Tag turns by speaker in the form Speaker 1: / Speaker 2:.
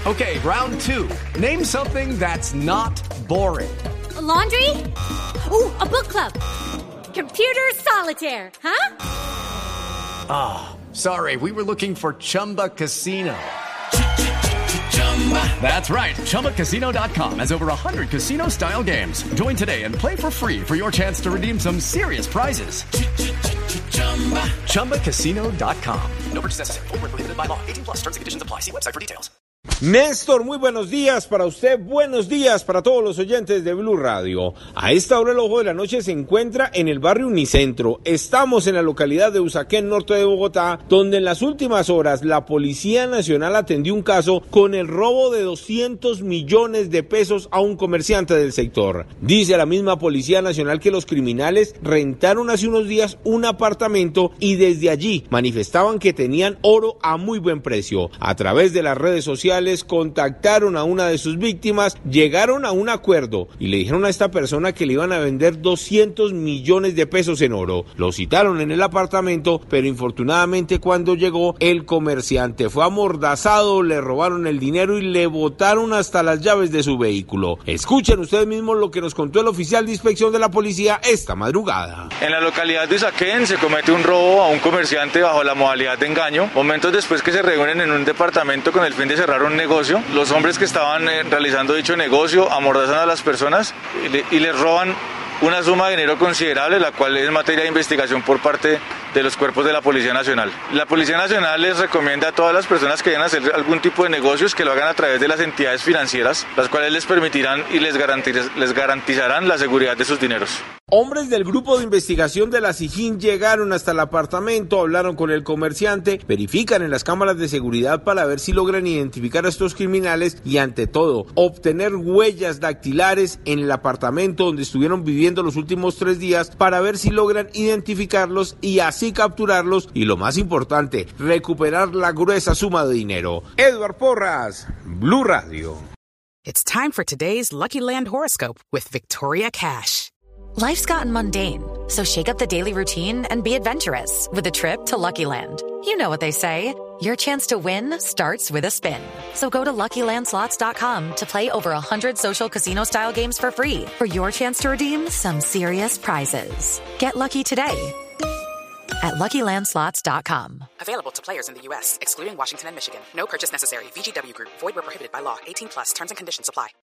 Speaker 1: Okay, round two. Name something that's not boring.
Speaker 2: A laundry? Ooh, a book club. Computer solitaire, huh?
Speaker 1: Ah, sorry, we were looking for Chumba Casino. That's right. ChumbaCasino.com has over 100 casino-style games. Join today and play for free for your chance to redeem some serious prizes. ChumbaCasino.com. No purchase necessary. Void where prohibited by law. 18+ terms and conditions apply. See website for details.
Speaker 3: Néstor, muy buenos días para usted, buenos días para todos los oyentes de Blue Radio. A esta hora el Ojo de la Noche se encuentra en el barrio Unicentro. Estamos en la localidad de Usaquén, norte de Bogotá, donde en las últimas horas la Policía Nacional atendió un caso con el robo de 200 millones de pesos a un comerciante del sector. Dice la misma Policía Nacional que los criminales rentaron hace unos días un apartamento y desde allí manifestaban que tenían oro a muy buen precio. A través de las redes sociales contactaron a una de sus víctimas, llegaron a un acuerdo y le dijeron a esta persona que le iban a vender 200 millones de pesos en oro. Lo citaron en el apartamento, pero infortunadamente cuando llegó el comerciante fue amordazado, le robaron el dinero y le botaron hasta las llaves de su vehículo. Escuchen ustedes mismos lo que nos contó el oficial de inspección de la policía esta madrugada.
Speaker 4: En la localidad de Usaquén se comete un robo a un comerciante bajo la modalidad de engaño. Momentos después que se reúnen en un departamento con el fin de cerrar un negocio, los hombres que estaban realizando dicho negocio amordazan a las personas y les roban una suma de dinero considerable, la cual es materia de investigación por parte de los cuerpos de la Policía Nacional. La Policía Nacional les recomienda a todas las personas que vayan a hacer algún tipo de negocios que lo hagan a través de las entidades financieras, las cuales les permitirán y les garantizarán la seguridad de sus dineros.
Speaker 3: Hombres del grupo de investigación de la SIJIN llegaron hasta el apartamento, hablaron con el comerciante, verifican en las cámaras de seguridad para ver si logran identificar a estos criminales y ante todo, obtener huellas dactilares en el apartamento donde estuvieron viviendo los últimos 3 días para ver si logran identificarlos y así capturarlos y lo más importante, recuperar la gruesa suma de dinero. Edward Porras, Blue Radio.
Speaker 5: It's time for today's Lucky Land horoscope with Victoria Cash.
Speaker 6: Life's gotten mundane, so shake up the daily routine and be adventurous with a trip to Lucky Land. You know what they say, your chance to win starts with a spin. So go to LuckyLandSlots.com to play over 100 social casino-style games for free for your chance to redeem some serious prizes. Get lucky today at LuckyLandSlots.com.
Speaker 5: Available to players in the U.S., excluding Washington and Michigan. No purchase necessary. VGW Group. Void where prohibited by law. 18+. Terms and conditions apply.